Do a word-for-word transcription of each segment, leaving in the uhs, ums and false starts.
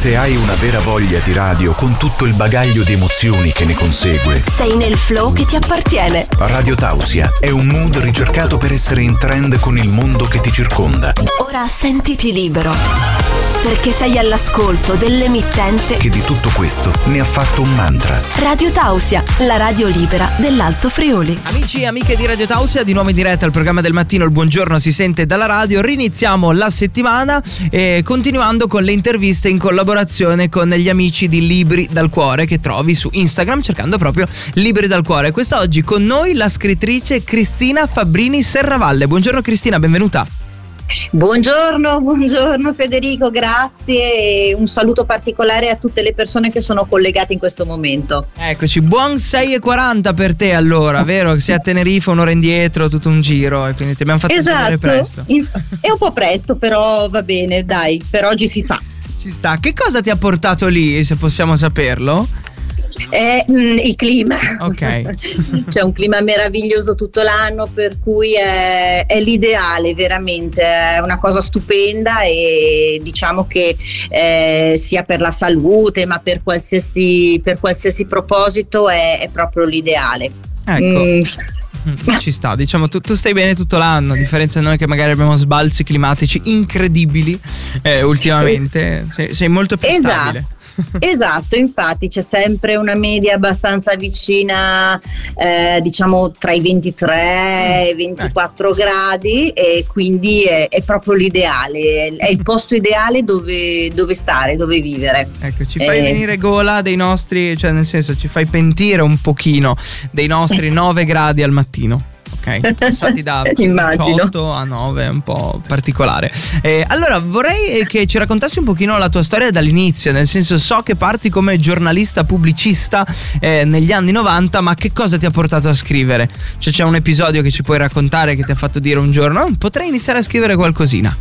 Se hai una vera voglia di radio con tutto il bagaglio di emozioni che ne consegue, sei nel flow che ti appartiene. Radio Tausia è un mood ricercato per essere in trend con il mondo che ti circonda. Ora sentiti libero, perché sei all'ascolto dell'emittente che di tutto questo ne ha fatto un mantra. Radio Tausia, la radio libera dell'Alto Friuli. Amici e amiche di Radio Tausia, di nuovo in diretta al programma del mattino. Il buongiorno si sente dalla radio. Riniziamo la settimana eh, continuando con le interviste in collaborazione con gli amici di Libri dal Cuore, che trovi su Instagram cercando proprio Libri dal Cuore. Quest'oggi con noi la scrittrice Cristina Fabbrini Serravalle. Buongiorno Cristina, benvenuta. Buongiorno, buongiorno Federico, grazie e un saluto particolare a tutte le persone che sono collegate in questo momento. Eccoci, buon sei e quaranta per te allora, vero? Che sei a Tenerife, un'ora indietro, tutto un giro e quindi ti abbiamo fatto esatto, presto. È un po' presto, però va bene, dai, per oggi si fa. Ci sta. Che cosa ti ha portato lì, se possiamo saperlo? È mm, il clima. Ok. C'è un clima meraviglioso tutto l'anno, per cui è, è l'ideale, veramente è una cosa stupenda, e diciamo che eh, sia per la salute ma per qualsiasi, per qualsiasi proposito è, è proprio l'ideale. Ecco. Mm. Ci sta, diciamo tu, tu stai bene tutto l'anno, a differenza di noi che magari abbiamo sbalzi climatici incredibili eh, ultimamente. sei, sei molto più esatto. stabile. Esatto, infatti c'è sempre una media abbastanza vicina, eh, diciamo tra i ventitré e i ventiquattro eh. gradi, e quindi è, è proprio l'ideale, è il posto ideale dove, dove stare, dove vivere. Ecco, ci fai eh. venire gola dei nostri, cioè nel senso ci fai pentire un pochino dei nostri nove gradi al mattino. Ok, passati da diciotto a nove, è un po' particolare. Eh, allora vorrei che ci raccontassi un pochino la tua storia dall'inizio, nel senso, so che parti come giornalista pubblicista eh, negli anni novanta, ma che cosa ti ha portato a scrivere? Cioè c'è un episodio che ci puoi raccontare che ti ha fatto dire un giorno oh, potrei iniziare a scrivere qualcosina?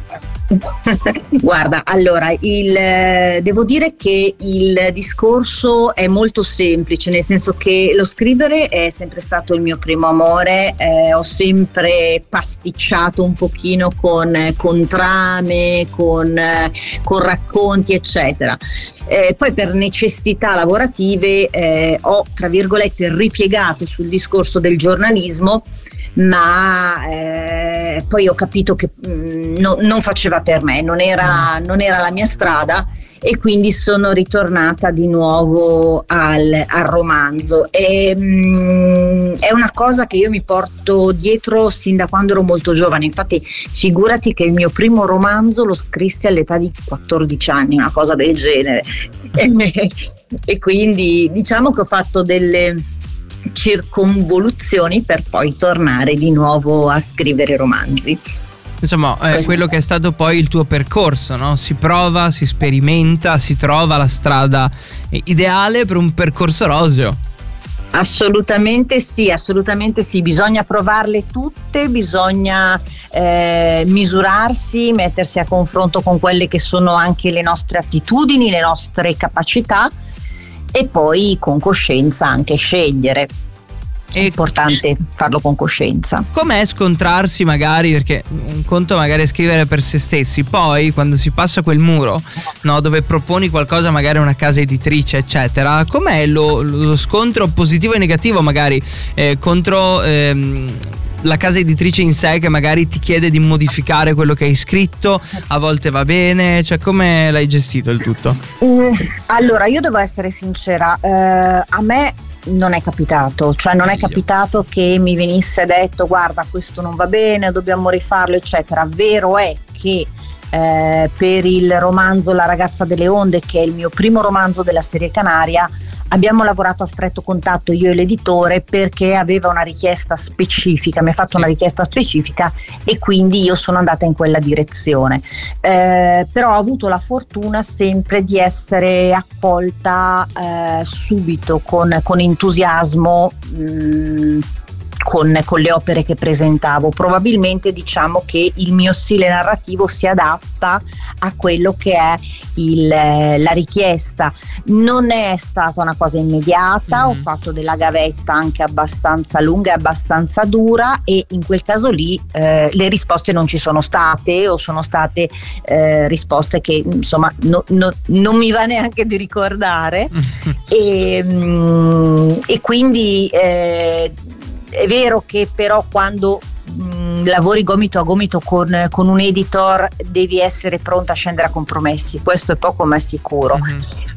Guarda, allora il, devo dire che il discorso è molto semplice, nel senso che lo scrivere è sempre stato il mio primo amore, eh, ho sempre pasticciato un pochino con, con trame, con, con racconti eccetera. Eh, poi per necessità lavorative eh, ho tra virgolette ripiegato sul discorso del giornalismo, ma eh, poi ho capito che mh, no, non faceva per me, non era, non era la mia strada, e quindi sono ritornata di nuovo al, al romanzo. E, mh, è una cosa che io mi porto dietro sin da quando ero molto giovane, infatti figurati che il mio primo romanzo lo scrissi all'età di quattordici anni, una cosa del genere. e, e quindi diciamo che ho fatto delle circonvoluzioni per poi tornare di nuovo a scrivere romanzi. Insomma, è quello che è stato poi il tuo percorso, no? Si prova, si sperimenta, si trova la strada ideale per un percorso roseo. Assolutamente sì, assolutamente sì, bisogna provarle tutte, bisogna eh, misurarsi, mettersi a confronto con quelle che sono anche le nostre attitudini, le nostre capacità, e poi con coscienza anche scegliere. È importante farlo con coscienza. Com'è scontrarsi magari, perché un conto magari è scrivere per se stessi, poi quando si passa quel muro, no, dove proponi qualcosa magari a una casa editrice eccetera, com'è lo, lo scontro positivo e negativo magari eh, contro ehm, la casa editrice in sé, che magari ti chiede di modificare quello che hai scritto, a volte va bene, cioè come l'hai gestito il tutto? Mm, allora io devo essere sincera, eh, a me non è capitato, cioè non è capitato che mi venisse detto guarda questo non va bene, dobbiamo rifarlo eccetera. Vero è che eh, per il romanzo La ragazza delle onde, che è il mio primo romanzo della serie Canaria, abbiamo lavorato a stretto contatto io e l'editore, perché aveva una richiesta specifica, mi ha fatto una richiesta specifica e quindi io sono andata in quella direzione. Eh, però ho avuto la fortuna sempre di essere accolta eh, subito con, con entusiasmo mh, con, con le opere che presentavo. Probabilmente diciamo che il mio stile narrativo si adatta a quello che è il, la richiesta. Non è stata una cosa immediata, mm. ho fatto della gavetta anche abbastanza lunga e abbastanza dura, e in quel caso lì eh, le risposte non ci sono state, o sono state eh, risposte che insomma no, no, non mi va neanche di ricordare e, mh, e quindi eh, è vero che però quando mh, lavori gomito a gomito con, con un editor devi essere pronta a scendere a compromessi, questo è poco ma sicuro. Mm-hmm.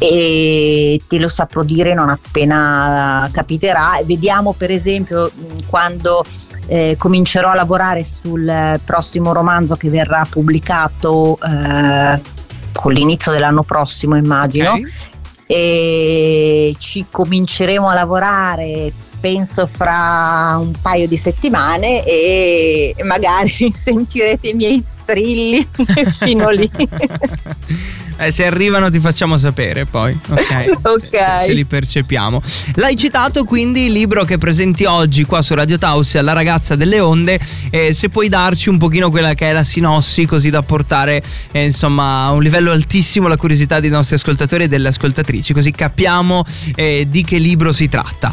E te lo saprò dire non appena capiterà. Vediamo per esempio quando eh, comincerò a lavorare sul prossimo romanzo che verrà pubblicato eh, con l'inizio dell'anno prossimo, immagino. Okay. E ci cominceremo a lavorare penso fra un paio di settimane, e magari sentirete i miei strilli fino lì. Eh, se arrivano ti facciamo sapere poi, ok? Ok. Se, se, se li percepiamo. L'hai citato, quindi il libro che presenti oggi qua su Radio Tausia, La ragazza delle onde, eh, se puoi darci un pochino quella che è la sinossi, così da portare eh, insomma a un livello altissimo la curiosità dei nostri ascoltatori e delle ascoltatrici, così capiamo eh, di che libro si tratta.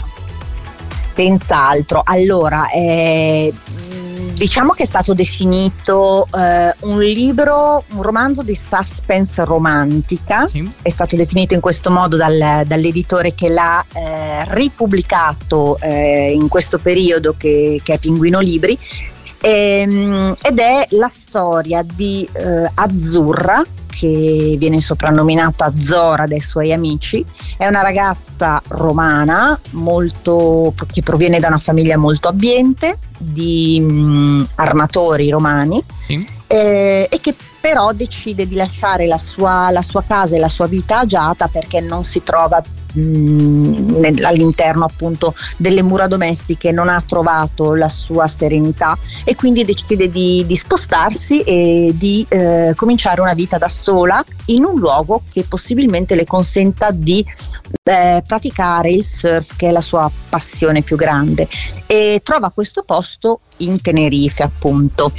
Senz'altro. Allora, eh, diciamo che è stato definito eh, un libro, un romanzo di suspense romantica. Sì. È stato definito in questo modo dal, dall'editore che l'ha eh, ripubblicato eh, in questo periodo, che, che è Pinguino Libri, ehm, ed è la storia di eh, Azzurra, che viene soprannominata Zora dai suoi amici. È una ragazza romana molto, che proviene da una famiglia molto abbiente di mh, armatori romani, sì. eh, e che però decide di lasciare la sua, la sua casa e la sua vita agiata perché non si trova mh, all'interno appunto delle mura domestiche, non ha trovato la sua serenità, e quindi decide di, di spostarsi e di eh, cominciare una vita da sola in un luogo che possibilmente le consenta di eh, praticare il surf, che è la sua passione più grande, e trova questo posto in Tenerife appunto.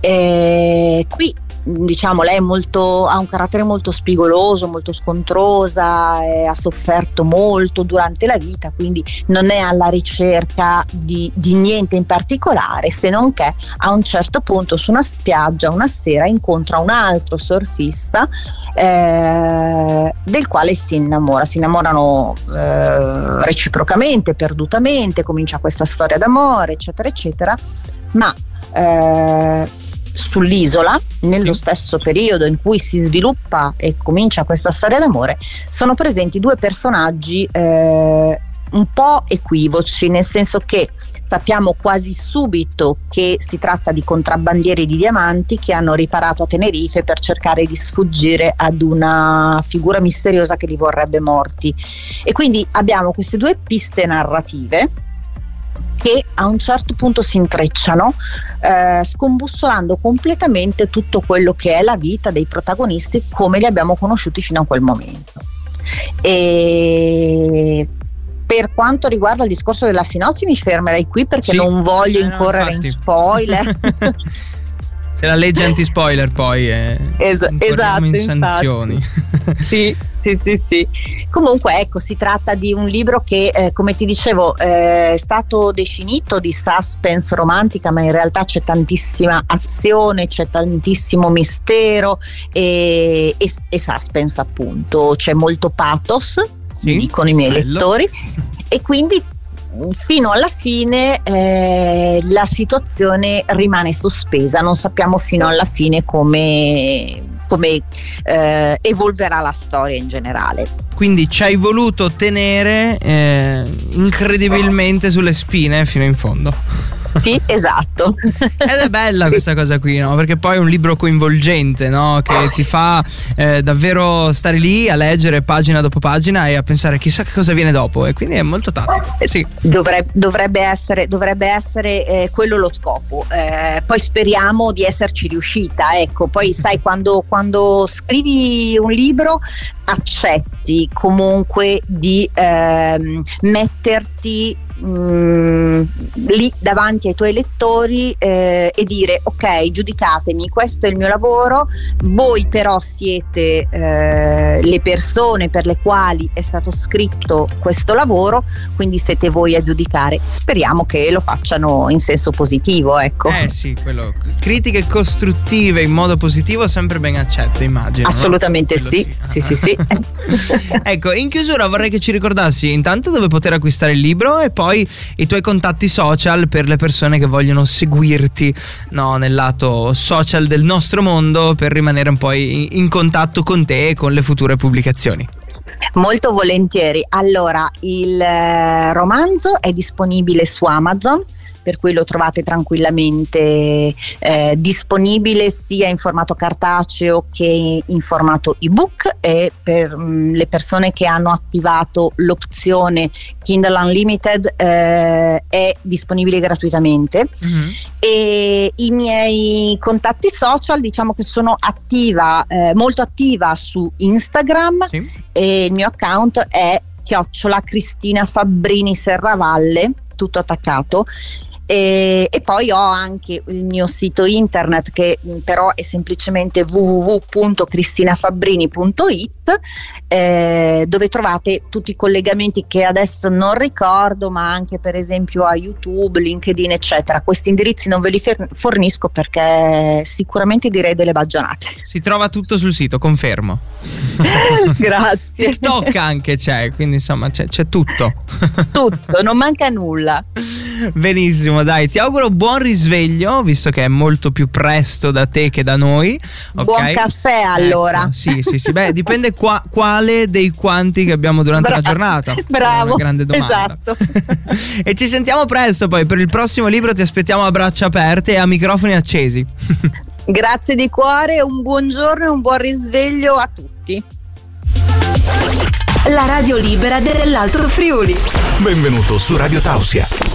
E qui diciamo lei è molto, ha un carattere molto spigoloso, molto scontrosa, eh, ha sofferto molto durante la vita, quindi non è alla ricerca di, di niente in particolare, se non che a un certo punto su una spiaggia una sera incontra un altro surfista eh, del quale si innamora, si innamorano eh, reciprocamente, perdutamente, comincia questa storia d'amore eccetera eccetera, ma eh, sull'isola, nello stesso periodo in cui si sviluppa e comincia questa storia d'amore, sono presenti due personaggi eh, un po' equivoci, nel senso che sappiamo quasi subito che si tratta di contrabbandieri di diamanti che hanno riparato a Tenerife per cercare di sfuggire ad una figura misteriosa che li vorrebbe morti, e quindi abbiamo queste due piste narrative che a un certo punto si intrecciano, eh, scombussolando completamente tutto quello che è la vita dei protagonisti come li abbiamo conosciuti fino a quel momento. E per quanto riguarda il discorso della sinopsi mi fermerei qui perché sì, non voglio eh, incorrere no, in spoiler. Se la legge anti-spoiler poi è es- esatto, in sanzioni. sì, sì, sì, sì. Comunque ecco, si tratta di un libro che eh, come ti dicevo eh, è stato definito di suspense romantica, ma in realtà c'è tantissima azione, c'è tantissimo mistero e, e, e suspense appunto, c'è molto pathos, sì, dicono i miei bello. lettori, e quindi fino alla fine eh, la situazione rimane sospesa, non sappiamo fino alla fine come, come eh, evolverà la storia in generale. Quindi ci hai voluto tenere eh, incredibilmente sulle spine fino in fondo. Sì, esatto. Ed è bella questa cosa qui, no? Perché poi è un libro coinvolgente, no? Che ti fa eh, davvero stare lì a leggere pagina dopo pagina e a pensare chissà che cosa viene dopo, e quindi è molto tattico. Sì. Dovrebbe, dovrebbe essere, dovrebbe essere eh, quello lo scopo. Eh, poi speriamo di esserci riuscita. Ecco, poi sai, quando, quando scrivi un libro accetti comunque di ehm, metterti mh, lì davanti ai tuoi lettori eh, e dire ok, giudicatemi, questo è il mio lavoro, voi però siete eh, le persone per le quali è stato scritto questo lavoro, quindi siete voi a giudicare. Speriamo che lo facciano in senso positivo, ecco. Eh sì, quello, critiche costruttive in modo positivo sempre ben accette, immagino. Assolutamente no? sì, sì, sì, sì. Ecco, in chiusura vorrei che ci ricordassi intanto dove poter acquistare il libro e poi i tuoi contatti social per le persone che vogliono seguirti, no, nel lato social del nostro mondo, per rimanere un po' in contatto con te e con le future pubblicazioni. Molto volentieri. Allora, il eh, romanzo è disponibile su Amazon, per cui lo trovate tranquillamente eh, disponibile sia in formato cartaceo che in formato ebook, e per mh, le persone che hanno attivato l'opzione Kindle Unlimited eh, è disponibile gratuitamente. Mm-hmm. E i miei contatti social, diciamo che sono attiva, eh, molto attiva su Instagram, sì. E il mio account è chiocciola Cristina Fabbrini Serravalle, tutto attaccato. E, e poi ho anche il mio sito internet, che però è semplicemente w w w punto cristinafabrini punto it, eh, dove trovate tutti i collegamenti che adesso non ricordo, ma anche per esempio a YouTube, LinkedIn eccetera. Questi indirizzi non ve li fornisco perché sicuramente direi delle baggianate. Si trova tutto sul sito, confermo. Grazie. TikTok anche c'è, quindi insomma c'è, c'è tutto. Tutto, non manca nulla. Benissimo, dai, ti auguro buon risveglio, visto che è molto più presto da te che da noi. Okay? Buon caffè allora. Ecco, sì, sì, sì. Beh, dipende qua, quale dei quanti che abbiamo durante Bra- la giornata. Bravo. È una grande domanda. Esatto. E ci sentiamo presto poi per il prossimo libro, ti aspettiamo a braccia aperte e a microfoni accesi. Grazie di cuore, un buongiorno e un buon risveglio a tutti. La radio libera dell'Alto Friuli. Benvenuto su Radio Tausia.